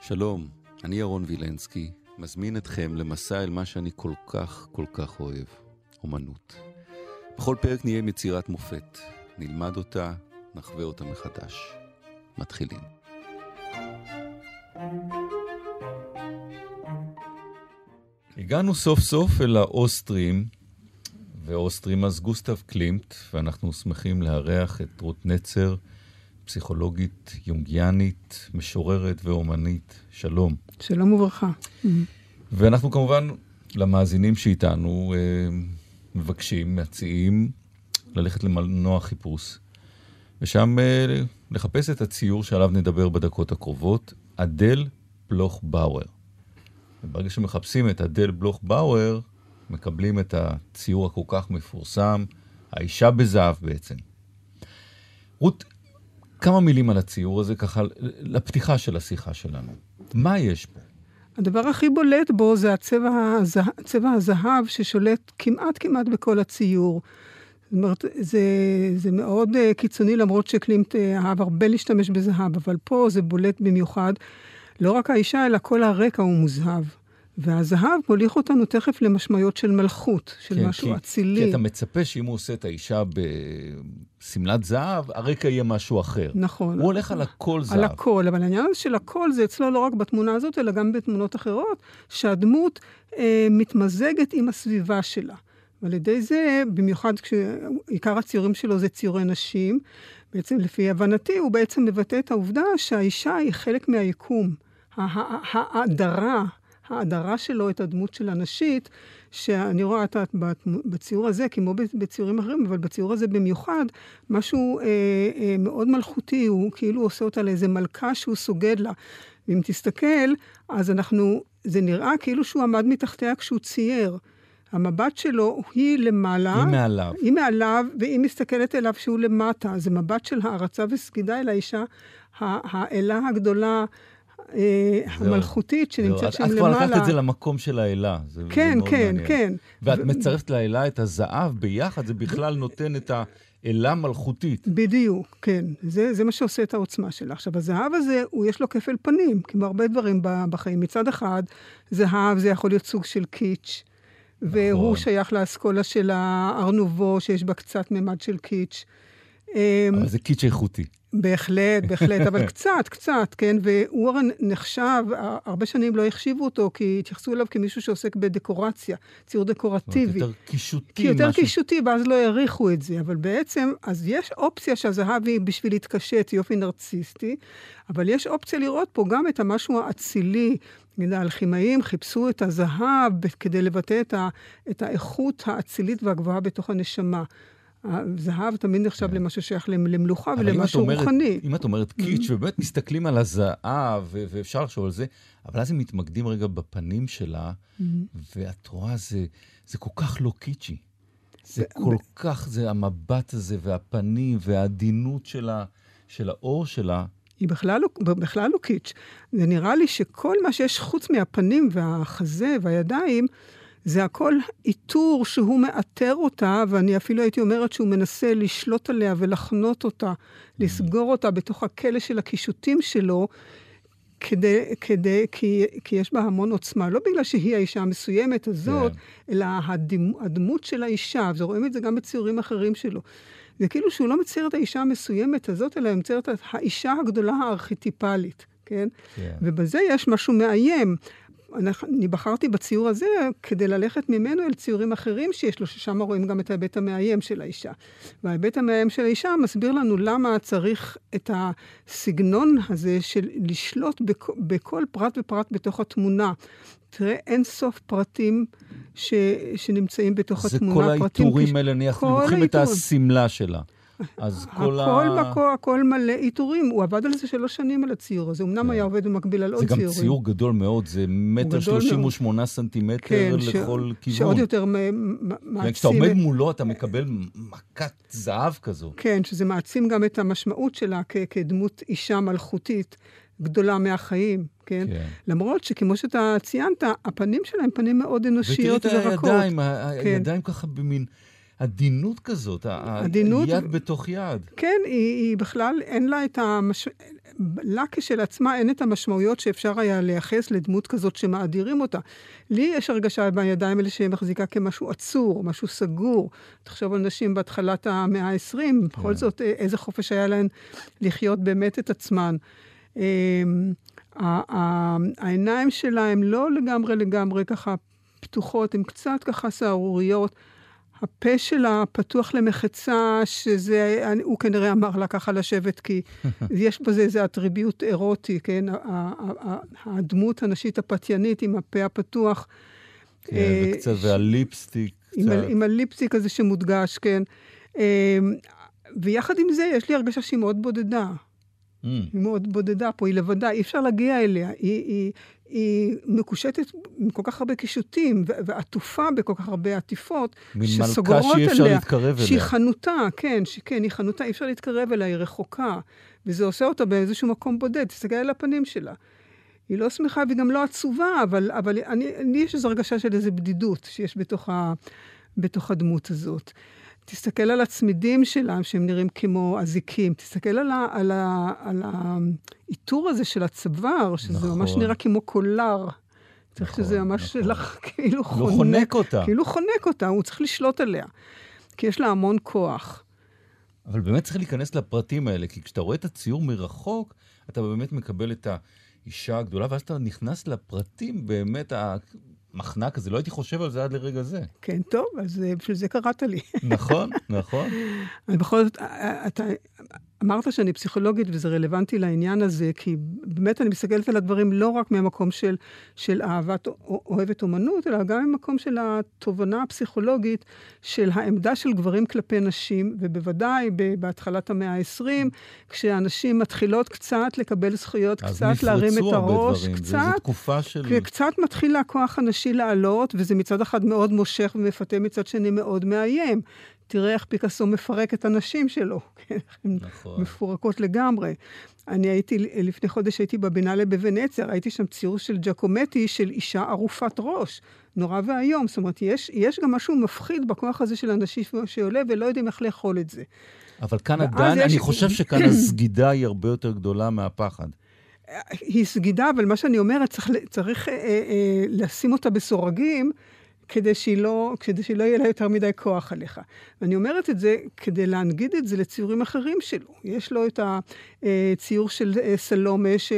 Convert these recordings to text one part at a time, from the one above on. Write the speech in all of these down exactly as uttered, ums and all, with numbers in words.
שלום, אני ירון וילנסקי, מזמין אתכם למסע אל מה שאני כל כך כל כך אוהב, אומנות. בכל פרק נהיה עם יצירת מופת, נלמד אותה, נחווה אותה מחדש. מתחילים. הגענו סוף סוף אל האוסטרים, ואוסטרים אז גוסטב קלימט, ואנחנו שמחים לארח את רות נצר, פסיכולוגית יונגיאנית, משוררת ואומנית. שלום. שלום וברכה. ואנחנו כמובן, למאזינים שאיתנו, מבקשים, מציעים, ללכת למנוע חיפוש, ושם לחפש את הציור שעליו נדבר בדקות הקרובות, אדל בלוך באואר. וברגע שמחפשים את אדל בלוך באואר, מקבלים את הציור הכל כך מפורסם, האישה בזהב בעצם. רות, כמה מילים על הציור הזה, ככה לפתיחה של השיחה שלנו. מה יש פה? הדבר הכי בולט בו זה הצבע, הזה, צבע הזהב ששולט כמעט כמעט בכל הציור. זאת אומרת, זה, זה מאוד uh, קיצוני, למרות שקלימט אהב הרבה להשתמש בזהב, אבל פה זה בולט במיוחד. לא רק האישה, אלא כל הרקע הוא מוזהב. והזהב מוליך אותנו תכף למשמעויות של מלכות, של כן, משהו כי, אצילי. כי אתה מצפה שאם הוא עושה את האישה בסמלת זהב, הרקע יהיה משהו אחר. נכון. הוא הולך על הכל זהב. על הכל, אבל העניין הזה של הכל זה אצלו לא רק בתמונה הזאת, אלא גם בתמונות אחרות, שהדמות אה, מתמזגת עם הסביבה שלה. ועל ידי זה, במיוחד כשעיקר הציורים שלו זה ציורי נשים, בעצם לפי הבנתי הוא בעצם מבטא את העובדה שהאישה היא חלק מהיקום. ההדרה, ההדרה שלו את הדמות של הנשית, שאני רואה את בציור הזה, כמו בציורים אחרים, אבל בציור הזה במיוחד, משהו אה, אה, מאוד מלכותי, הוא כאילו עושה אותה לאיזה מלכה שהוא סוגד לה. ואם תסתכל, אז אנחנו, זה נראה כאילו שהוא עמד מתחתיה כשהוא צייר. המבט שלו היא למעלה. היא מעליו. היא מעליו, והיא מסתכלת אליו שהוא למטה. זה מבט של הערצה וסגידה אל האישה, האלה הגדולה, המלכותית שנמצאת שם למעלה. את כבר לקחת את זה למקום של האלה. כן, כן, כן. ואת מצרפת לאלה את הזהב ביחד, זה בכלל נותן את האלה מלכותית. בדיוק, כן. זה, זה מה שעושה את העוצמה שלה. עכשיו, הזהב הזה, הוא יש לו כפל פנים, כמו הרבה דברים בחיים. מצד אחד, זהב זה יכול להיות סוג של קיץ', והוא שייך לאסכולה של הארנובו, שיש בה קצת ממד של קיץ'. אבל זה קיץ' איכותי. בהחלט, בהחלט, אבל קצת, קצת, כן, והוא נחשב, הרבה שנים לא החשיבו אותו, כי התייחסו אליו כמישהו שעוסק בדקורציה, ציור דקורטיבי. יותר קישוטי. כי יותר קישוטי, ואז לא העריכו את זה, אבל בעצם, אז יש אופציה שהזהב היא בשביל להתקשט, יופי נרציסטי, אבל יש אופציה לראות פה גם את המשהו האצילי, האלכימאים חיפשו את הזהב כדי לבטא את, ה, את האיכות האצילית והגבוהה בתוך הנשמה. הזהב תמיד נחשב למשהו שייך למלוכה ולמשהו רוחני. אם את אומרת קיץ' ובאמת מסתכלים על הזהב ואפשר לחשוב על זה, אבל אז הם מתמקדים רגע בפנים שלה, ואת רואה זה כל כך לא קיצ'י. זה כל כך, זה המבט הזה והפנים והעדינות של האור שלה, היא בכלל לא, בכלל לא קיץ'. זה נראה לי שכל מה שיש חוץ מהפנים והחזה והידיים, זה הכל איתור שהוא מאתר אותה, ואני אפילו הייתי אומרת שהוא מנסה לשלוט עליה ולחנות אותה, לסגור אותה בתוך הכלא של הקישוטים שלו, כדי, כדי, כי, כי יש בה המון עוצמה. לא בגלל שהיא האישה המסוימת הזאת, yeah. אלא הדמ, הדמות של האישה, ורואים את זה גם בציורים אחרים שלו. זה כאילו שהוא לא מצייר את האישה המסוימת הזאת, אלא הוא מצייר את האישה הגדולה הארכיטיפלית, כן? Yeah. ובזה יש משהו מאיים. אני בחרתי בציור הזה כדי ללכת ממנו אל ציורים אחרים שיש לו, ששם רואים גם את ההיבט המאיים של האישה. וההיבט המאיים של האישה מסביר לנו למה צריך את הסגנון הזה של לשלוט בכ, בכל פרט ופרט בתוך התמונה. תראה אין סוף פרטים ש, שנמצאים בתוך התמונה. זה כל האיתורים האלה, אנחנו לוקחים את הסמלה שלה. אז כל הכל, ה... הכל, הכל מלא איתורים. הוא עבד על זה שלוש שנים על הציור הזה. אמנם היה עובד ומקביל על עוד ציורים. זה גם ציור גדול מאוד. זה מטר שלושים ושמונה סנטימטר לכל כיוון. שעוד יותר מעצים. כשאתה עומד מולו, אתה מקבל מכת זהב כזו. כן, שזה מעצים גם את המשמעות שלה כדמות אישה מלכותית גדולה מהחיים. כן? למרות שכמו שאתה ציינת, הפנים שלהם פנים מאוד אנושיות ורכות. ותראי את הידיים, הידיים ככה במין... עדינות כזאת, עדינות, יד בתוך יד. כן, היא, היא בכלל אין לה את המש... לה כשלעצמה אין את המשמעויות שאפשר היה לייחס לדמות כזאת שמאדירים אותה. לי יש הרגשה בידיים האלה שהיא מחזיקה כמשהו עצור, משהו סגור. תחשוב על נשים בהתחלת המאה ה-עשרים, כן. בכל זאת איזה חופש היה להן לחיות באמת את עצמן. העיניים שלה הן לא לגמרי לגמרי ככה פתוחות, הן קצת ככה סערוריות. הפה שלה פתוח למחצה, שזה, הוא כנראה אמר לה ככה לשבת, כי יש בזה איזה אטריביוט אירוטי, כן? הדמות הנשית הפתיינית עם הפה הפתוח. כן, וקצת, והליפסטיק. עם הליפסטיק הזה שמודגש, כן. ויחד עם זה, יש לי הרגשה שהיא מאוד בודדה. היא מאוד בודדה פה, היא לבדה, אי אפשר להגיע אליה. היא, היא, היא מקושטת עם כל כך הרבה קישוטים, ועטופה בכל כך הרבה עטיפות, שסוגרות עליה. שאי אפשר להתקרב אליה. שהיא חנותה, כן, שכן, היא חנותה, אי אפשר להתקרב אליה, היא רחוקה. וזה עושה אותה באיזשהו מקום בודד, תסתכל על הפנים שלה. היא לא שמחה והיא גם לא עצובה, אבל, אבל אני, אני יש איזו הרגשה של איזו בדידות שיש בתוך, ה, בתוך הדמות הזאת. תסתכל על הצמידים שלה, שהם נראים כמו אזיקים. תסתכל על, ה, על, ה, על האיתור הזה של הצוואר, שזה נכון. ממש נראה כמו קולר. צריך נכון, שזה ממש נכון. לך, כאילו חונק, חונק אותה. כאילו חונק אותה, הוא צריך לשלוט עליה. כי יש לה המון כוח. אבל באמת צריך להיכנס לפרטים האלה, כי כשאתה רואה את הציור מרחוק, אתה באמת מקבל את האישה הגדולה, ואז אתה נכנס לפרטים, באמת המחנק הזה, לא הייתי חושב על זה עד לרגע זה. כן, טוב, אז בשביל זה קראת לי. נכון, נכון. אבל בכל זאת, אתה אמרת שאני פסיכולוגית, וזה רלוונטי לעניין הזה, כי באמת אני מסתכלת על הדברים לא רק מהמקום של, של אהבת אוהבת אומנות, אלא גם ממקום של התובנה הפסיכולוגית של העמדה של גברים כלפי נשים, ובוודאי בהתחלת המאה ה-עשרים, כשאנשים מתחילות קצת לקבל זכויות, קצת להרים את הראש, קצת, של... קצת מתחיל הכוח הנשי לעלות, וזה מצד אחד מאוד מושך ומפתה, מצד שני מאוד מאיים. תראה איך פיקאסו מפרק את הנשים שלו, הן נכון. מפורקות לגמרי. אני הייתי, לפני חודש הייתי בבינאלה בוונציה, ראיתי שם ציור של ג'קומטי של אישה ערופת ראש, נורא והיום. זאת אומרת, יש, יש גם משהו מפחיד בכוח הזה של אנשים שעולה, ולא יודעים איך לאכול את זה. אבל כאן עדיין, אני יש... חושב שכאן הסגידה היא הרבה יותר גדולה מהפחד. היא סגידה, אבל מה שאני אומרת, צריך, צריך אה, אה, לשים אותה בסורגים, כדי שהיא לא, כדי שהיא לא יהיה לה יותר מדי כוח עליך. ואני אומרת את זה כדי להנגיד את זה לציורים אחרים שלו. יש לו את הציור של סלומה ש,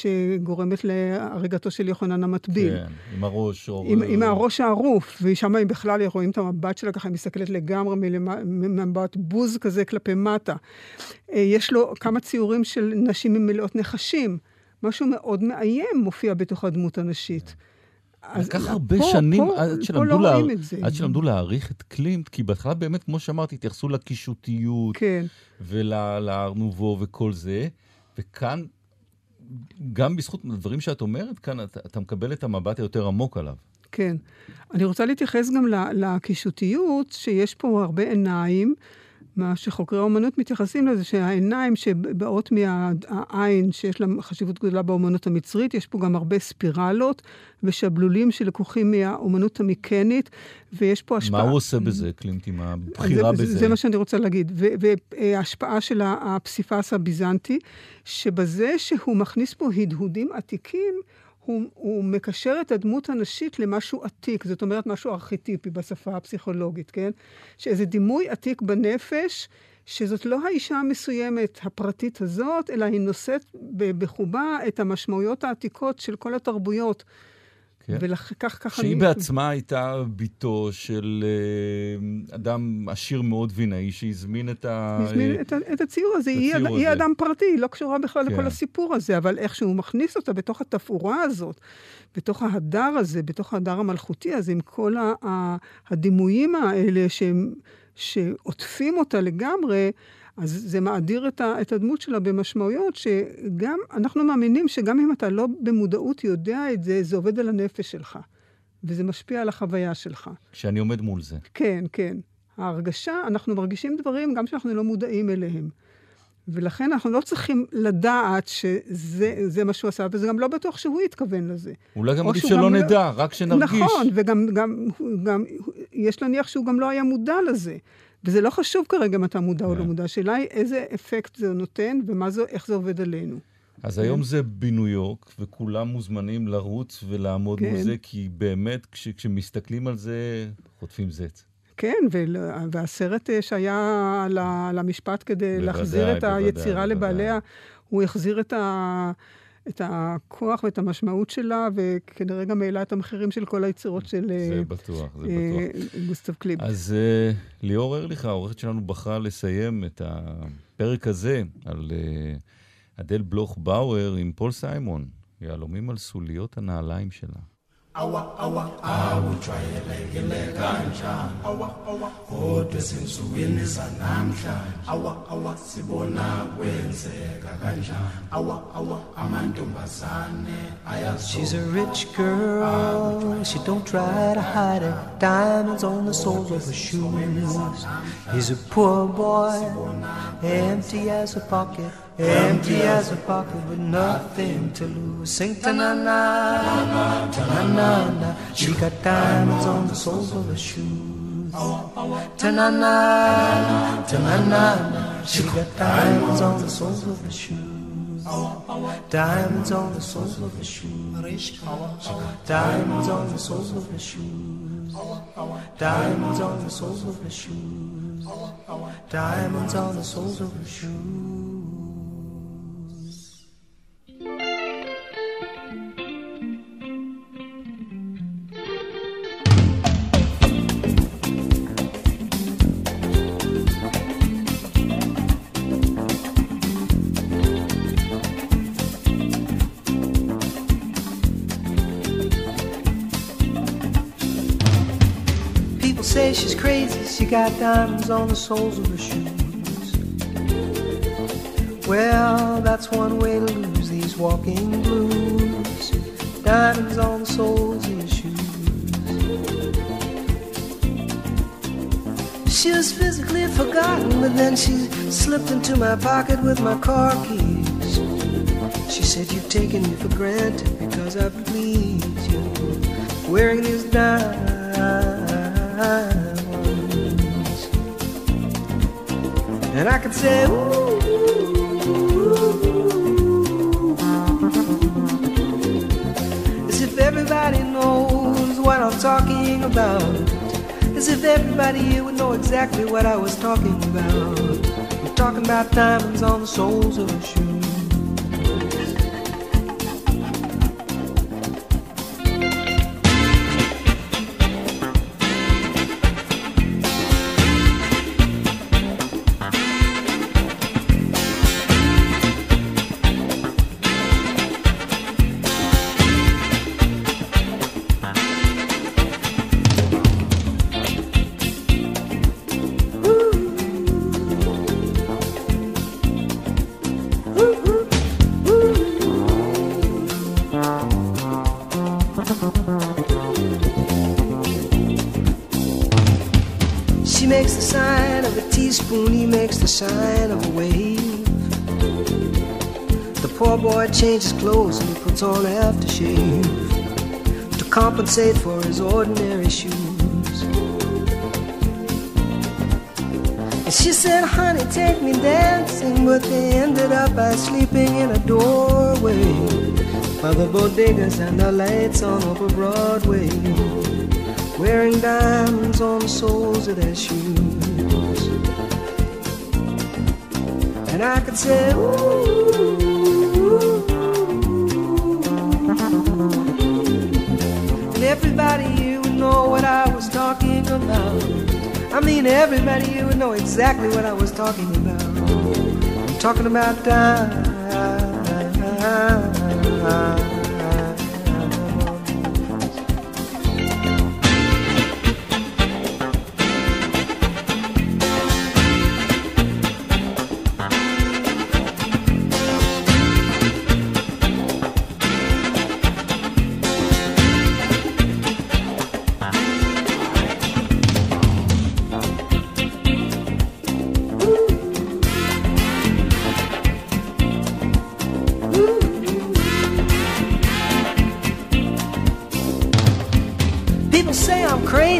שגורמת להריגתו של יוחנן המטביל. כן, עם הראש. עם, או... עם הראש הערוף, ושם הם בכלל רואים את המבט שלה ככה, היא מסתכלת לגמרי ממבט בוז כזה כלפי מטה. יש לו כמה ציורים של נשים עם מלאות נחשים. משהו מאוד מאיים מופיע בתוך הדמות הנשית. לקח הרבה שנים עד שלמדו להעריך את קלימט, כי בהתחלה באמת, כמו שאמרתי, התייחסו לקישוטיות ולארנובו וכל זה, וכאן, גם בזכות הדברים שאת אומרת, כאן אתה מקבל את המבט היותר עמוק עליו. כן. אני רוצה להתייחס גם לקישוטיות, שיש פה הרבה עיניים, מה שחוקרי האומנות מתייחסים לזה, שהעיניים שבאות מהעין, שיש לה חשיבות גדולה באומנות המצרית, יש פה גם הרבה ספירלות ושבלולים שלקוחים מהאומנות המיקנית, ויש פה השפעה... מה הוא עושה בזה, קלימט, עם הבחירה זה, בזה? זה מה שאני רוצה להגיד. וההשפעה של הפסיפס הביזנטי, שבזה שהוא מכניס פה הדהודים עתיקים, הוא, הוא מקשר את הדמות הנשית למשהו עתיק, זאת אומרת משהו ארכיטיפי בשפה הפסיכולוגית, כן? שאיזה דימוי עתיק בנפש, שזאת לא האישה המסוימת הפרטית הזאת, אלא היא נושאת בחובה את המשמעויות העתיקות של כל התרבויות. כן. ולכך ככה... שהיא אני... בעצמה הייתה ביתו של אדם עשיר מאוד וינאי, שהזמין את ה... הזמין את, את הציור הזה. היא, הציור היא הזה. אדם פרטי, היא לא קשורה בכלל כן. לכל הסיפור הזה, אבל איך שהוא מכניס אותה בתוך התפאורה הזאת, בתוך ההדר הזה, בתוך ההדר המלכותי הזה, עם כל ה, ה, הדימויים האלה שהם, שעוטפים אותה לגמרי, אז זה מאדיר את, ה, את הדמות שלה במשמעויות, שגם אנחנו מאמינים שגם אם אתה לא במודעות יודע את זה, זה עובד על הנפש שלך. וזה משפיע על החוויה שלך. כשאני עומד מול זה. כן, כן. ההרגשה, אנחנו מרגישים דברים גם שאנחנו לא מודעים אליהם. ולכן אנחנו לא צריכים לדעת שזה זה מה שהוא עשה, וזה גם לא בטוח שהוא התכוון לזה. אולי גם עדיף שלא נדע, לא... רק שנרגיש. נכון, וגם גם, גם, יש להניח שהוא גם לא היה מודע לזה. וזה לא חשוב כרגע אם אתה מודע או לא מודע. השאלה היא איזה אפקט זה נותן, ומה זה, איך זה עובד עלינו. אז היום זה בניו יורק, וכולם מוזמנים לרוץ ולעמוד מול זה, כי באמת, כש, כשמסתכלים על זה, חוטפים זץ. כן, והסרט שהיה למשפט כדי להחזיר את היצירה לבעליה, הוא החזיר את ה... את הכוח ואת המשמעות שלה, וכנראה גם העלה את המחירים של כל היצירות של... זה בטוח, זה בטוח. גוסטב קליפ. אז ליאור ארליך, העורכת שלנו בחרה לסיים את הפרק הזה על אדל בלוך באואר עם פול סיימון, יהלומים על סוליות הנעליים שלה. Awa awa awu jwayelekile kanjani awa awa kodwa sinsukwini sanamhlanje awa awa sibona kwenzeka kanjani awa awa amantombazane ayazo. She's a rich girl, she don't try to hide it, diamonds on the soles of her shoes. He's a poor boy, empty as a pocket, empty as a pocket with nothing to lose. Sing ta-na-na, ta-na-na. She got diamonds on the soles of her shoes. Ta-na-na, ta-na-na. She got diamonds on the soles of her shoes. Diamonds on the soles of her shoes. Diamonds on the soles of her shoes. Diamonds on the soles of her shoes. Diamonds on the soles of her shoes. Say she's crazy, she got diamonds on the soles of her shoes. Well, that's one way to lose these walking blues. Diamonds on the soles of her shoes. She was physically forgotten, but then she slipped into my pocket with my car keys. She said, you've taken me for granted because I please you, wearing these diamonds. And I could say, ooh, as if everybody knows what I'm talking about, as if everybody here would know exactly what I was talking about. I'm talking about diamonds on the soles of her shoes. She makes the sign of a teaspoon, he makes the sign of a wave. The poor boy changes clothes and he puts on aftershave to compensate for his ordinary shoes. And she said, honey, take me dancing, but they ended up by sleeping in a doorway by the bodegas and the lights on over Broadway, wearing diamonds on the soles of their shoes. And I could say, ooh, and everybody here would know what I was talking about. I mean, everybody here would know exactly what I was talking about. I'm talking about diamonds.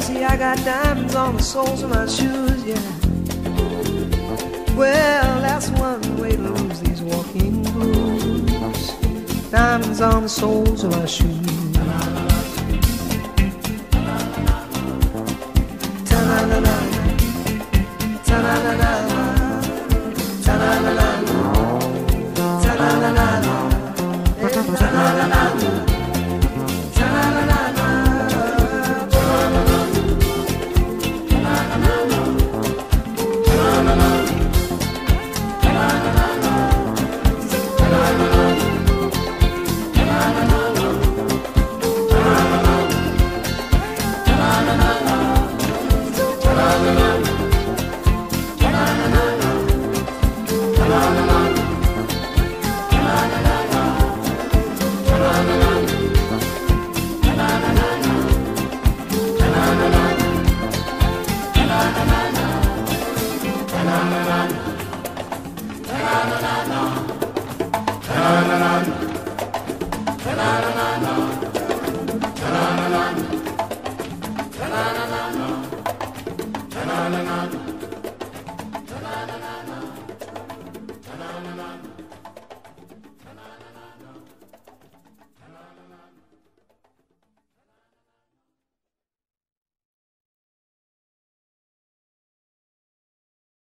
crazy, I got diamonds on the soles of my shoes, yeah. Well, that's one way to lose these walking blues. Diamonds on the soles of my shoes. Ta-na-na-na, ta-na-na-na, ta-na-na-na, ta-na-na-na, ta-na-na-na.